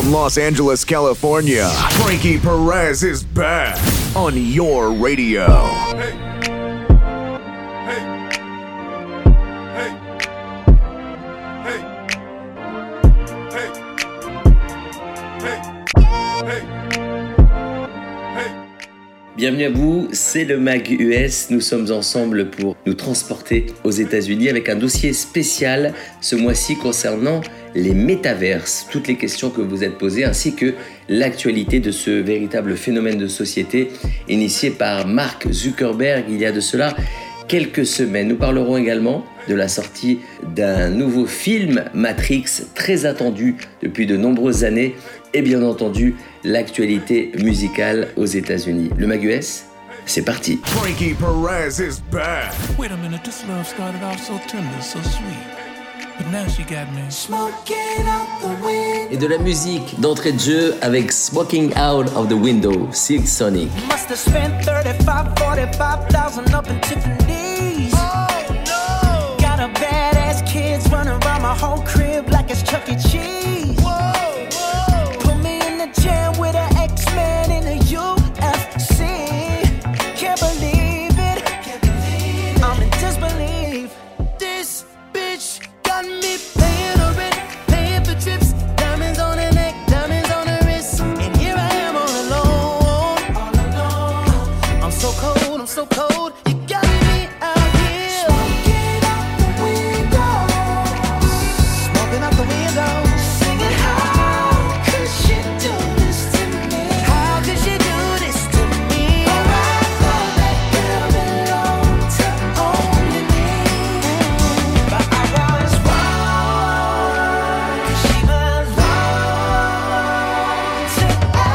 from Los Angeles, California, Frankie Perez is back on your radio. Hey. Hey. Hey. Hey. Hey. Hey. Hey. Bienvenue à vous, c'est le Mag US. Nous sommes ensemble pour nous transporter aux États-Unis avec un dossier spécial ce mois-ci concernant les métaverses, toutes les questions que vous êtes posées ainsi que l'actualité de ce véritable phénomène de société initié par Mark Zuckerberg il y a de cela quelques semaines. Nous parlerons également de la sortie d'un nouveau film Matrix très attendu depuis de nombreuses années et bien entendu l'actualité musicale aux États-Unis. Le Mag US, c'est parti. Frankie Perez is back. Wait a minute, this love started off so tender, so sweet. But now she got me smoking out the window. Et de la musique d'entrée de jeu avec Smoking Out of the Window, Silk Sonic. Must have spent 45,000 up in Tiffany's. Oh no! Got a badass kids running around my whole crib like it's Chuck E. Cheese. Whoa, whoa! Put me in the jam with an X-Men in the UFC. Can't believe it. I'm in disbelief. This bitch got me paying her rent, paying for trips, diamonds on her neck, diamonds on her wrist, and here I am all alone. I'm so cold, I'm so cold. You got me out here smoking out the window, smoking out the window, singing how could she do this to me? How could she do this to me? Oh, I thought that girl belonged to only me, but I was wrong. She was wrong to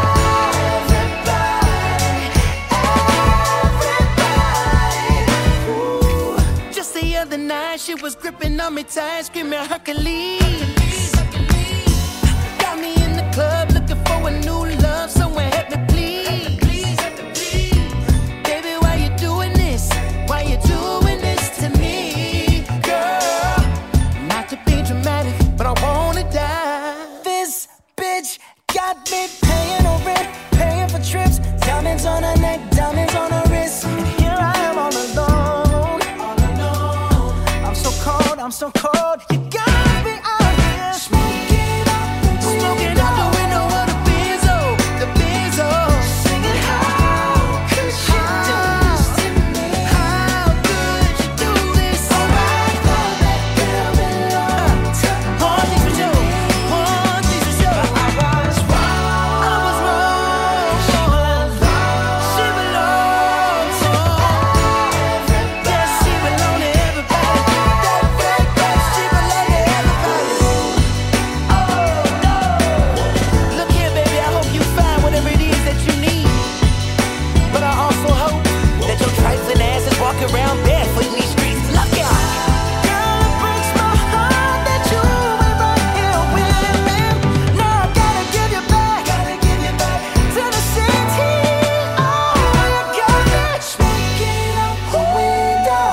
everybody. Ooh. Just the other night, she was gripping on me tight, screaming Hercules. Got me in the club looking for a new love, someone help me please. Baby, why you doing this? Why you doing this to me, girl? Not to be dramatic, but I wanna die. This bitch got me paying her rent, paying for trips, diamonds on her neck, diamonds on her wrist, and here I am all alone. I'm so cold, I'm so cold. You got me out here smoking out the window of the Benzo, singing how could she do this to me? How could you do this? Oh, I thought that girl belonged to only me. But I was wrong. She belonged to everybody. Yes, she belonged to everybody. She belonged to everybody. Oh no! Look here, baby. I hope you find whatever it is that you need. But I also hope that your trifling ass is walking around barefoot in these streets. Look out! Girl, it breaks my heart that you ain't right here with me. Now I gotta give you back to the city. Oh, you got me smoking out the window,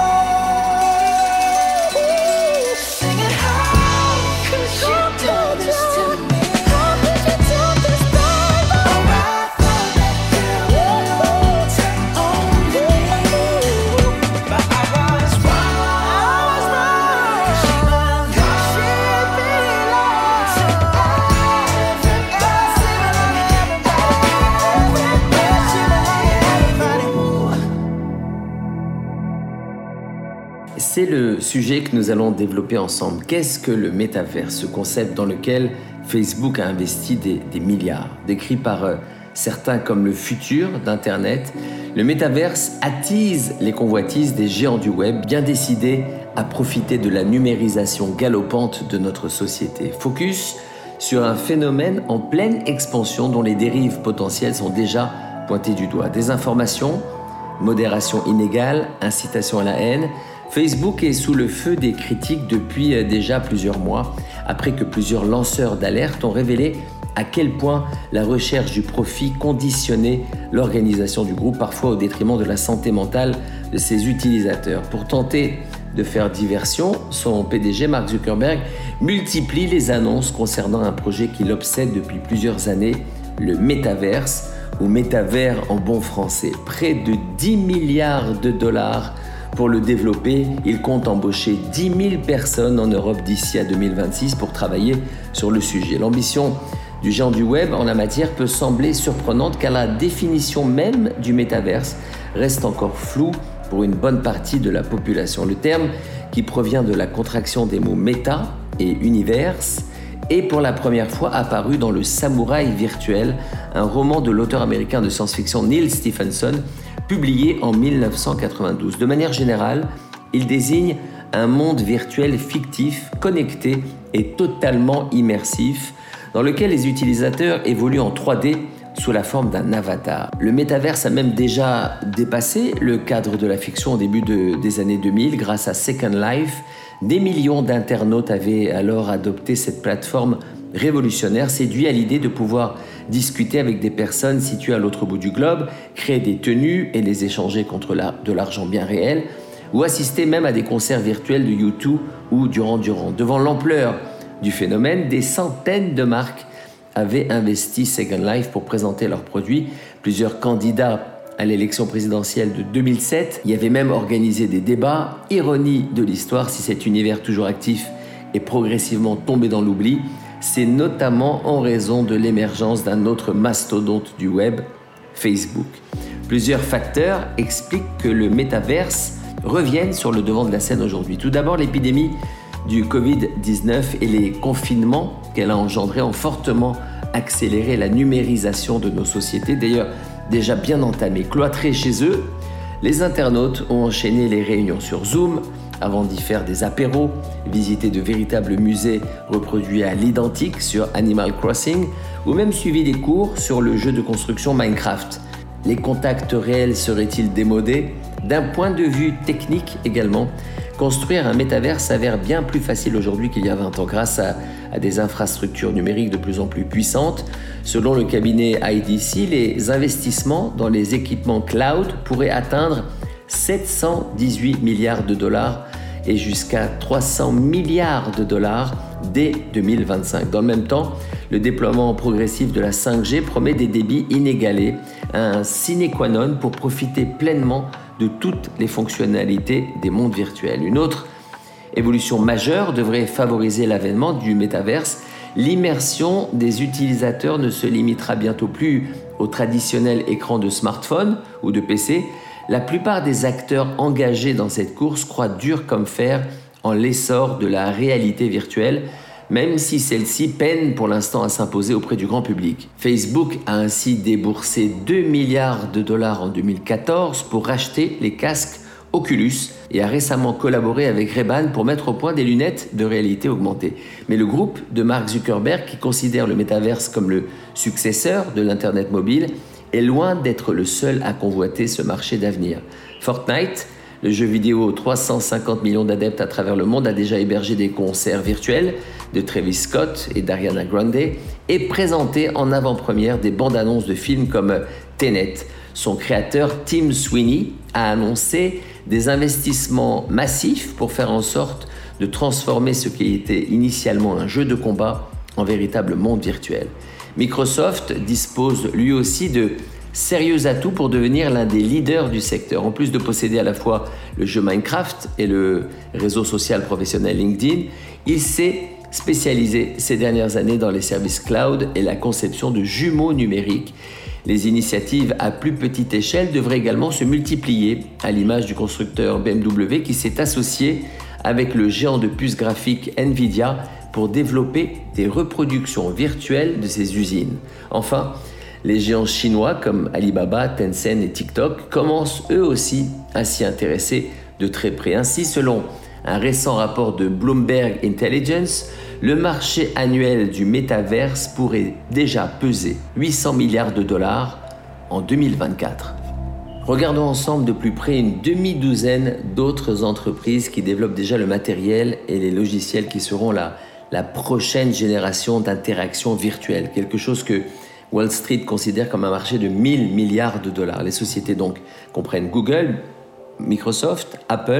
singing how could you do this to me? How could you do this, baby? Oh, I thought that girl belonged to only me, but I was wrong. She belonged to everybody. C'est le sujet que nous allons développer ensemble. Qu'est-ce que le métavers, ce concept dans lequel Facebook a investi des milliards, décrit par certains comme le futur d'Internet? Le métaverse attise les convoitises des géants du web, bien décidés à profiter de la numérisation galopante de notre société. Focus sur un phénomène en pleine expansion dont les dérives potentielles sont déjà pointées du doigt. Désinformation, modération inégale, incitation à la haine. Facebook est sous le feu des critiques depuis déjà plusieurs mois, après que plusieurs lanceurs d'alerte ont révélé à quel point la recherche du profit conditionnait l'organisation du groupe, parfois au détriment de la santé mentale de ses utilisateurs. Pour tenter de faire diversion, son PDG Mark Zuckerberg multiplie les annonces concernant un projet qui l'obsède depuis plusieurs années, le métaverse, ou métavers en bon français. Près de 10 milliards de dollars pour le développer. Il compte embaucher 10 000 personnes en Europe d'ici à 2026 pour travailler sur le sujet. L'ambition du géant du web en la matière peut sembler surprenante car la définition même du métaverse reste encore floue pour une bonne partie de la population. Le terme, qui provient de la contraction des mots méta et universe, est pour la première fois apparu dans Le Samouraï virtuel, un roman de l'auteur américain de science-fiction Neal Stephenson, publié en 1992. De manière générale, il désigne un monde virtuel fictif, connecté et totalement immersif, dans lequel les utilisateurs évoluent en 3D sous la forme d'un avatar. Le métaverse a même déjà dépassé le cadre de la fiction au début des années 2000 grâce à Second Life. Des millions d'internautes avaient alors adopté cette plateforme révolutionnaire, séduits à l'idée de pouvoir discuter avec des personnes situées à l'autre bout du globe, créer des tenues et les échanger contre de l'argent bien réel, ou assister même à des concerts virtuels de U2 ou Duran Duran. Devant l'ampleur du phénomène, des centaines de marques avaient investi Second Life pour présenter leurs produits. Plusieurs candidats à l'élection présidentielle de 2007 y avaient même organisé des débats. Ironie de l'histoire, si cet univers toujours actif est progressivement tombé dans l'oubli, c'est notamment en raison de l'émergence d'un autre mastodonte du web, Facebook. Plusieurs facteurs expliquent que le métaverse revienne sur le devant de la scène aujourd'hui. Tout d'abord, l'épidémie du Covid-19 et les confinements qu'elle a engendrés ont fortement accéléré la numérisation de nos sociétés, d'ailleurs déjà bien entamées. Cloîtrés chez eux, les internautes ont enchaîné les réunions sur Zoom avant d'y faire des apéros, visiter de véritables musées reproduits à l'identique sur Animal Crossing ou même suivi des cours sur le jeu de construction Minecraft. Les contacts réels seraient-ils démodés ? D'un point de vue technique également, construire un métavers s'avère bien plus facile aujourd'hui qu'il y a 20 ans grâce à des infrastructures numériques de plus en plus puissantes. Selon le cabinet IDC, les investissements dans les équipements cloud pourraient atteindre 718 milliards de dollars et jusqu'à 300 milliards de dollars dès 2025. Dans le même temps, le déploiement progressif de la 5G promet des débits inégalés, un sine qua non pour profiter pleinement de toutes les fonctionnalités des mondes virtuels. Une autre évolution majeure devrait favoriser l'avènement du métaverse. L'immersion des utilisateurs ne se limitera bientôt plus au traditionnel écran de smartphone ou de PC. La plupart des acteurs engagés dans cette course croient dur comme fer en l'essor de la réalité virtuelle, même si celle-ci peine pour l'instant à s'imposer auprès du grand public. Facebook a ainsi déboursé 2 milliards de dollars en 2014 pour racheter les casques Oculus et a récemment collaboré avec Ray-Ban pour mettre au point des lunettes de réalité augmentée. Mais le groupe de Mark Zuckerberg, qui considère le métaverse comme le successeur de l'Internet mobile, est loin d'être le seul à convoiter ce marché d'avenir. Fortnite, le jeu vidéo 350 millions d'adeptes à travers le monde, a déjà hébergé des concerts virtuels de Travis Scott et d'Ariana Grande et présenté en avant-première des bandes-annonces de films comme Tenet. Son créateur Tim Sweeney a annoncé des investissements massifs pour faire en sorte de transformer ce qui était initialement un jeu de combat en véritable monde virtuel. Microsoft dispose lui aussi de sérieux atouts pour devenir l'un des leaders du secteur. En plus de posséder à la fois le jeu Minecraft et le réseau social professionnel LinkedIn, il s'est spécialisé ces dernières années dans les services cloud et la conception de jumeaux numériques. Les initiatives à plus petite échelle devraient également se multiplier, à l'image du constructeur BMW qui s'est associé avec le géant de puces graphiques Nvidia pour développer des reproductions virtuelles de ses usines. Enfin, les géants chinois comme Alibaba, Tencent et TikTok commencent eux aussi à s'y intéresser de très près. Ainsi, selon un récent rapport de Bloomberg Intelligence, le marché annuel du métaverse pourrait déjà peser 800 milliards de dollars en 2024. Regardons ensemble de plus près une demi-douzaine d'autres entreprises qui développent déjà le matériel et les logiciels qui seront la prochaine génération d'interactions virtuelles, quelque chose que Wall Street considère comme un marché de 1000 milliards de dollars. Les sociétés donc comprennent Google, Microsoft, Apple,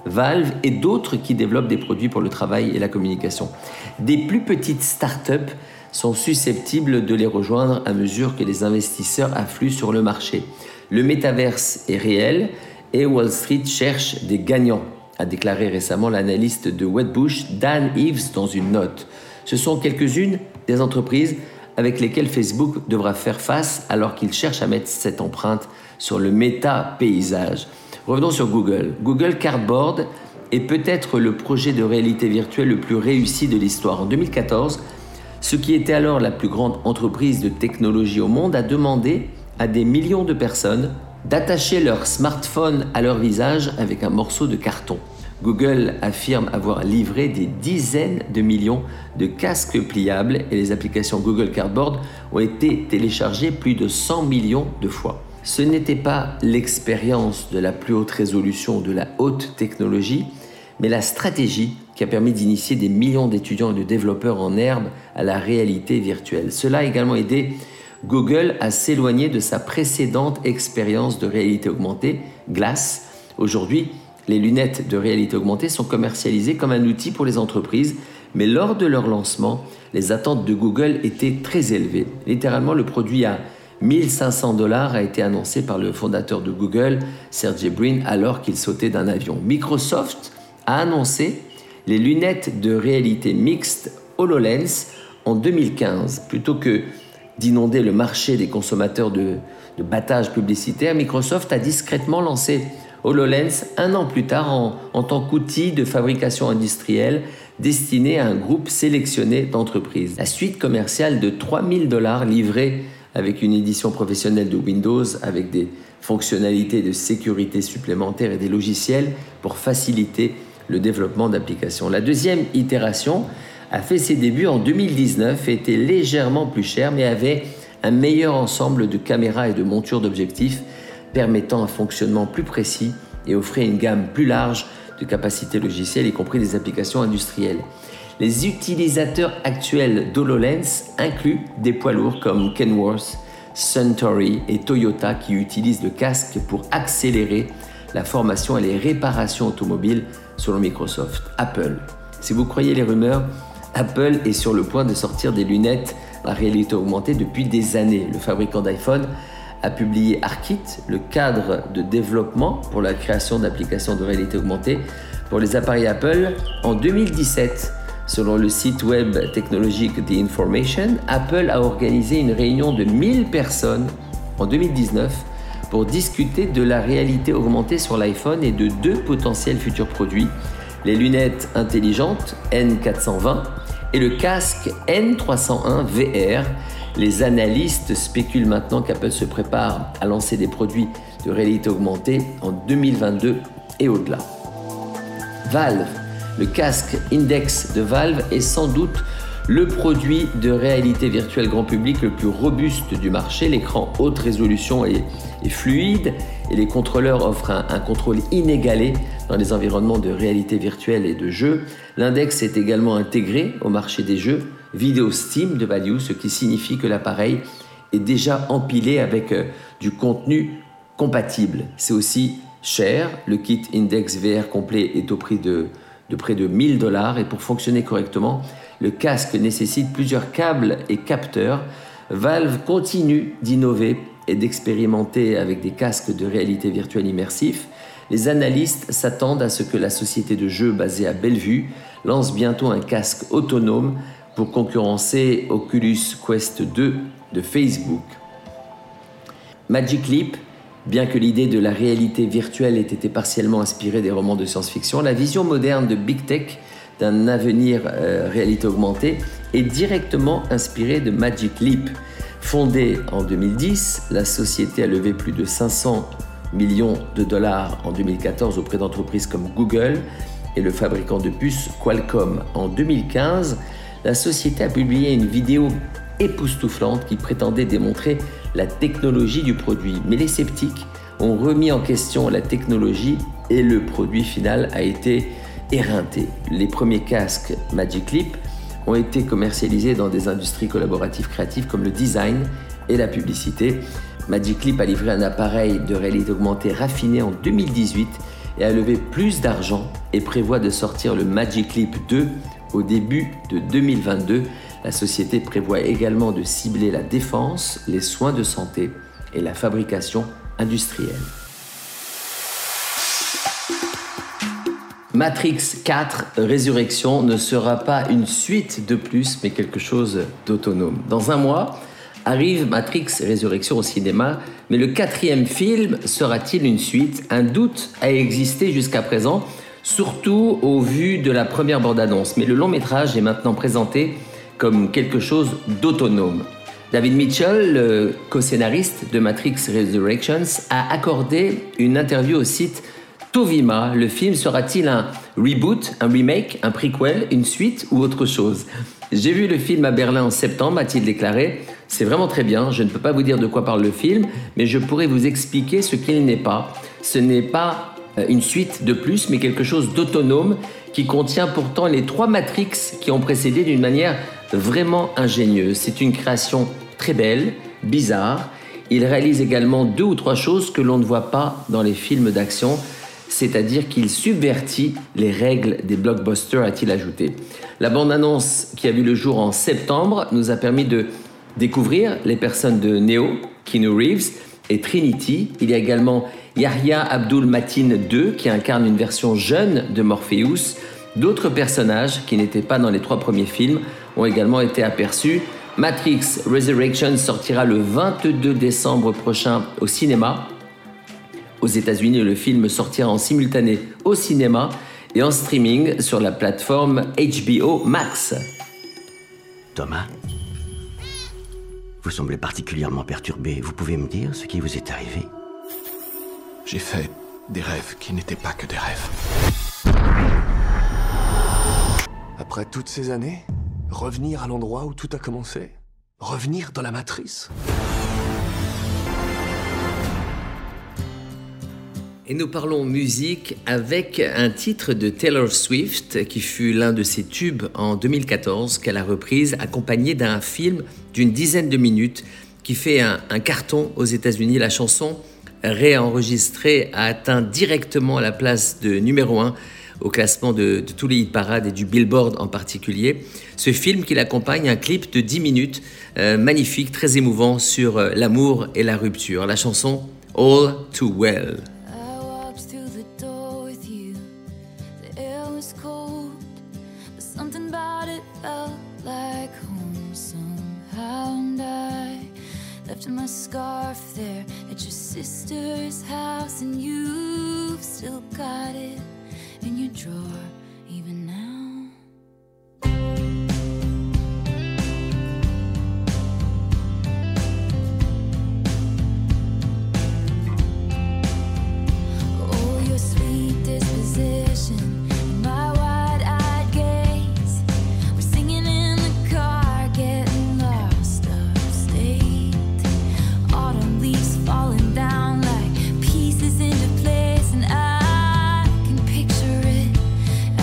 Valve et d'autres qui développent des produits pour le travail et la communication. Des plus petites startups sont susceptibles de les rejoindre à mesure que les investisseurs affluent sur le marché. Le métaverse est réel et Wall Street cherche des gagnants, a déclaré récemment l'analyste de Wedbush Dan Ives dans une note. Ce sont quelques-unes des entreprises avec lesquelles Facebook devra faire face alors qu'il cherche à mettre cette empreinte sur le méta-paysage. Revenons sur Google. Google Cardboard est peut-être le projet de réalité virtuelle le plus réussi de l'histoire. En 2014, ce qui était alors la plus grande entreprise de technologie au monde a demandé à des millions de personnes d'attacher leur smartphone à leur visage avec un morceau de carton. Google affirme avoir livré des dizaines de millions de casques pliables et les applications Google Cardboard ont été téléchargées plus de 100 millions de fois. Ce n'était pas l'expérience de la plus haute résolution, de la haute technologie, mais la stratégie qui a permis d'initier des millions d'étudiants et de développeurs en herbe à la réalité virtuelle. Cela a également aidé Google à s'éloigner de sa précédente expérience de réalité augmentée, Glass. Aujourd'hui, les lunettes de réalité augmentée sont commercialisées comme un outil pour les entreprises, mais lors de leur lancement, les attentes de Google étaient très élevées. Littéralement, le produit à $1 500 a été annoncé par le fondateur de Google, Sergey Brin, alors qu'il sautait d'un avion. Microsoft a annoncé les lunettes de réalité mixte HoloLens en 2015. Plutôt que d'inonder le marché des consommateurs de battage publicitaire, Microsoft a discrètement lancé HoloLens un an plus tard en tant qu'outil de fabrication industrielle destiné à un groupe sélectionné d'entreprises. La suite commerciale de $3 000 livrée avec une édition professionnelle de Windows, avec des fonctionnalités de sécurité supplémentaires et des logiciels pour faciliter le développement d'applications. La deuxième itération a fait ses débuts en 2019 et était légèrement plus chère, mais avait un meilleur ensemble de caméras et de montures d'objectifs permettant un fonctionnement plus précis et offrait une gamme plus large de capacités logicielles, y compris des applications industrielles. Les utilisateurs actuels d'HoloLens incluent des poids lourds comme Kenworth, Suntory et Toyota qui utilisent le casque pour accélérer la formation et les réparations automobiles selon Microsoft. Apple. Si vous croyez les rumeurs, Apple est sur le point de sortir des lunettes à réalité augmentée depuis des années. Le fabricant d'iPhone a publié ARKit, le cadre de développement pour la création d'applications de réalité augmentée pour les appareils Apple en 2017. Selon le site web technologique The Information, Apple a organisé une réunion de 1000 personnes en 2019 pour discuter de la réalité augmentée sur l'iPhone et de deux potentiels futurs produits, les lunettes intelligentes N420 et le casque N301 VR. Les analystes spéculent maintenant qu'Apple se prépare à lancer des produits de réalité augmentée en 2022 et au-delà. Valve. Le casque Index de Valve est sans doute le produit de réalité virtuelle grand public le plus robuste du marché. L'écran haute résolution est fluide et les contrôleurs offrent un contrôle inégalé dans les environnements de réalité virtuelle et de jeux. L'index est également intégré au marché des jeux vidéo Steam de Value, ce qui signifie que l'appareil est déjà empilé avec du contenu compatible. C'est aussi cher. Le kit Index VR complet est au prix de près de $1000 et pour fonctionner correctement, le casque nécessite plusieurs câbles et capteurs. Valve continue d'innover et d'expérimenter avec des casques de réalité virtuelle immersifs. Les analystes s'attendent à ce que la société de jeux basée à Bellevue lance bientôt un casque autonome pour concurrencer Oculus Quest 2 de Facebook. Magic Leap. Bien que l'idée de la réalité virtuelle ait été partiellement inspirée des romans de science-fiction, la vision moderne de Big Tech d'un avenir réalité augmentée est directement inspirée de Magic Leap. Fondée en 2010, la société a levé plus de $500 millions en 2014 auprès d'entreprises comme Google et le fabricant de puces Qualcomm. En 2015, la société a publié une vidéo époustouflante qui prétendait démontrer la technologie du produit. Mais les sceptiques ont remis en question la technologie et le produit final a été éreinté. Les premiers casques Magic Leap ont été commercialisés dans des industries collaboratives créatives comme le design et la publicité. Magic Leap a livré un appareil de réalité augmentée raffiné en 2018 et a levé plus d'argent et prévoit de sortir le Magic Leap 2 au début de 2022. La société prévoit également de cibler la défense, les soins de santé et la fabrication industrielle. Matrix 4 Résurrection ne sera pas une suite de plus, mais quelque chose d'autonome. Dans un mois, arrive Matrix Résurrection au cinéma, mais le 4e film sera-t-il une suite? Un doute a existé jusqu'à présent, surtout au vu de la première bande-annonce. Mais le long-métrage est maintenant présenté comme quelque chose d'autonome. David Mitchell, le co-scénariste de Matrix Resurrections, a accordé une interview au site Tovima. Le film sera-t-il un reboot, un remake, un prequel, une suite ou autre chose? J'ai vu le film à Berlin en septembre, a-t-il déclaré. C'est vraiment très bien, je ne peux pas vous dire de quoi parle le film, mais je pourrais vous expliquer ce qu'il n'est pas. Ce n'est pas une suite de plus, mais quelque chose d'autonome qui contient pourtant les 3 Matrix qui ont précédé d'une manière vraiment ingénieuse. C'est une création très belle, bizarre. Il réalise également 2 ou 3 choses que l'on ne voit pas dans les films d'action, c'est-à-dire qu'il subvertit les règles des blockbusters, a-t-il ajouté. La bande-annonce qui a vu le jour en septembre nous a permis de découvrir les personnes de Neo, Keanu Reeves et Trinity. Il y a également Yahya Abdul-Mateen II qui incarne une version jeune de Morpheus. D'autres personnages qui n'étaient pas dans les 3 premiers films ont également été aperçus. Matrix Resurrection sortira le 22 décembre prochain au cinéma. Aux États-Unis, le film sortira en simultané au cinéma et en streaming sur la plateforme HBO Max. Thomas, vous semblez particulièrement perturbé. Vous pouvez me dire ce qui vous est arrivé? J'ai fait des rêves qui n'étaient pas que des rêves. Après toutes ces années, revenir à l'endroit où tout a commencé, revenir dans la matrice. Et nous parlons musique avec un titre de Taylor Swift qui fut l'un de ses tubes en 2014 qu'elle a reprise, accompagné d'un film d'une dizaine de minutes qui fait un carton aux États-Unis. La chanson réenregistrée a atteint directement la place de numéro 1 au classement de tous les hit parades et du Billboard en particulier. Ce film qui l'accompagne, un clip de 10 minutes, magnifique, très émouvant sur l'amour et la rupture. La chanson All Too Well. My scarf there at your sister's house, and you've still got it in your drawer even now. Oh, your sweet disposition. Into place, and I can picture it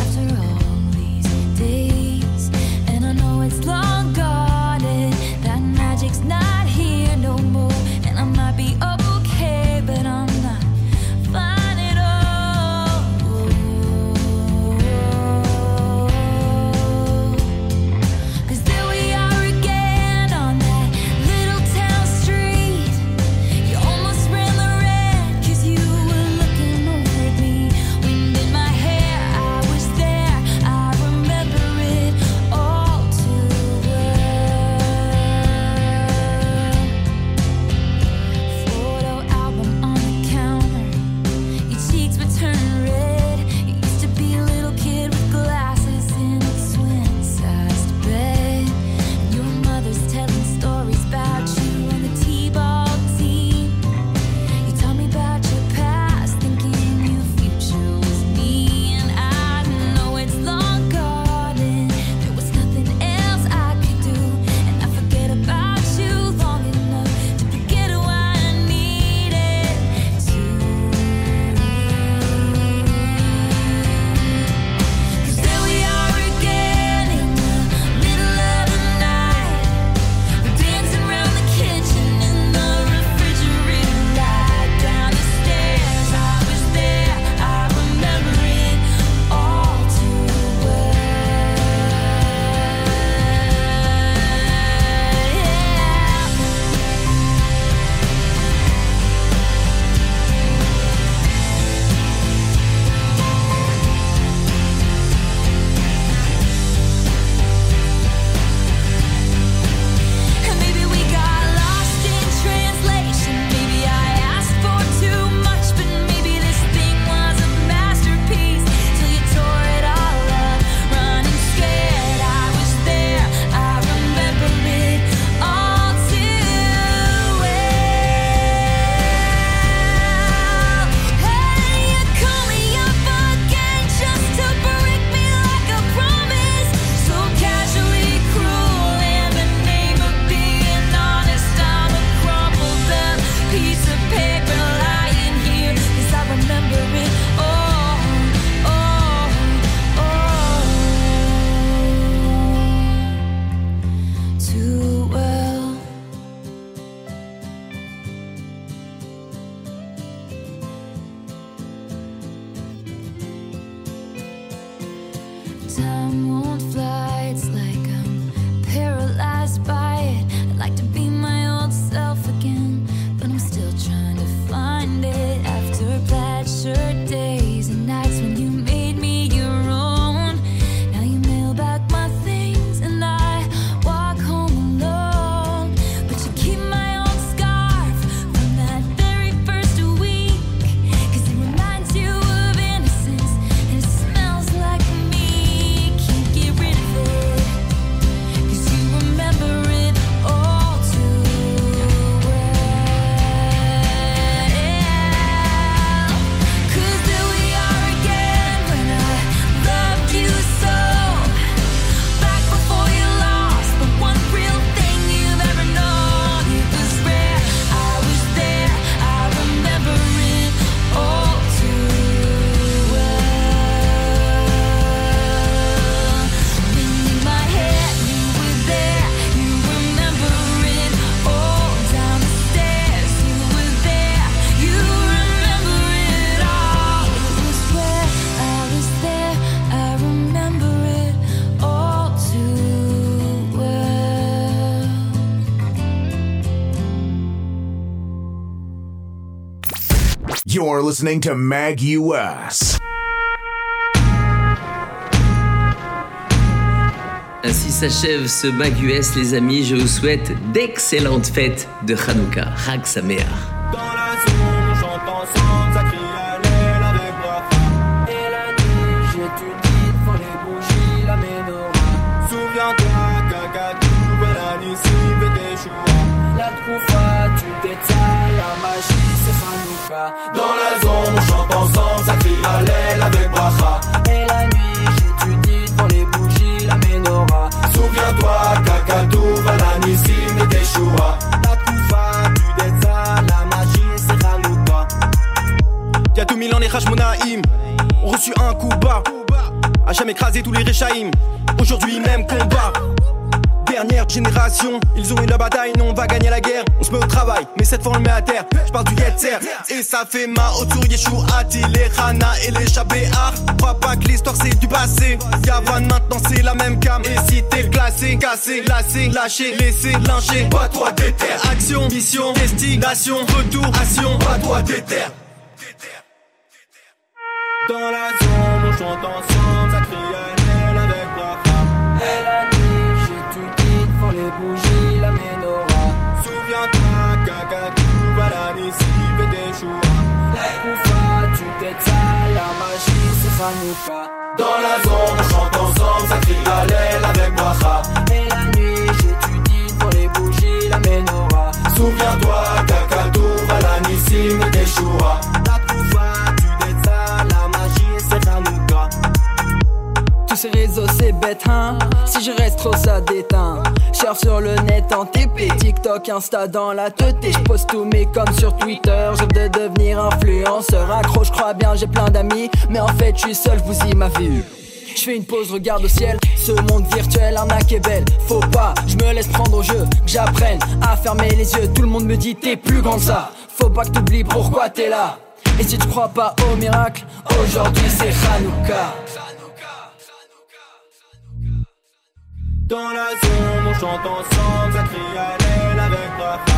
You're listening to Mag US. Ainsi s'achève ce Mag US, les amis. Je vous souhaite d'excellentes fêtes de Hanouka. Chag Sameach. Dans la zone, on chante ensemble, ça crie Hallel avec Bracha. Et la nuit, j'étudie devant les bougies, la menorah. Souviens-toi, Kakadou, Balanissim, Beteshua. La Troufa, tu détailles, la magie, c'est Hanouka. Dans la zone, on chante ensemble, ça crie Hallel avec Bracha. Et la nuit, j'étudie devant les bougies, la menorah. Souviens-toi, Kakadou, Balanissim, Beteshua. La Troufa, tu détailles, la magie, c'est Hanouka. Y'a 2000 ans, les Hashmonaïm ont reçu un coup bas. Hachem écrasé tous les Réchaïm. Aujourd'hui, même combat. Dernière génération, ils ont eu la bataille, nous on va gagner la guerre. On se met au travail, mais cette fois on le met à terre. Je parle du Yetzer, et ça fait ma autour Yeshuati, les Hana et les Shabéar. Crois pas que l'histoire c'est du passé. Yavan maintenant c'est la même cam. Et si t'es classé, cassé, lassé, lâché, laissé, lynché, bats-toi déter. Action, mission, destination, retour, action, bats-toi déter. Dans la zone, on chante ensemble, ça crie Hallel avec Bracha. Et la nuit, j'étudie devant les bougies, la menorah. Souviens-toi, Kakadou, Balanissim, Beteshua. La Troufa, tu détailles, la magie, c'est Hanouka. Dans la zone, on chante ensemble, ça crie Hallel avec Bracha. Et la nuit, j'étudie devant les bougies, la menorah. Souviens-toi, Kakadou, Balanissim, Beteshua. La Troufa, tu détailles, la magie, c'est Hanouka. Tous ces réseaux c'est bête hein. Si je reste trop ça déteint. Surfe sur le net en TP, TikTok, Insta dans la tête. J'poste tous mes coms sur Twitter. Je rêve de devenir influenceur. Accro, j'crois bien j'ai plein d'amis. Mais en fait j'suis seul, j'bousille ma vie. J'fais une pause, regarde au ciel. Ce monde virtuel, arnaque est belle. Faut pas, j'me laisse prendre au jeu. Que j'apprenne à fermer les yeux. Tout le monde me dit t'es plus grand que ça. Faut pas que t'oublies pourquoi t'es là. Et si tu crois pas au miracle, aujourd'hui c'est Hanouka. Dans la zone, on chante ensemble, ça crie Hallel avec Bracha.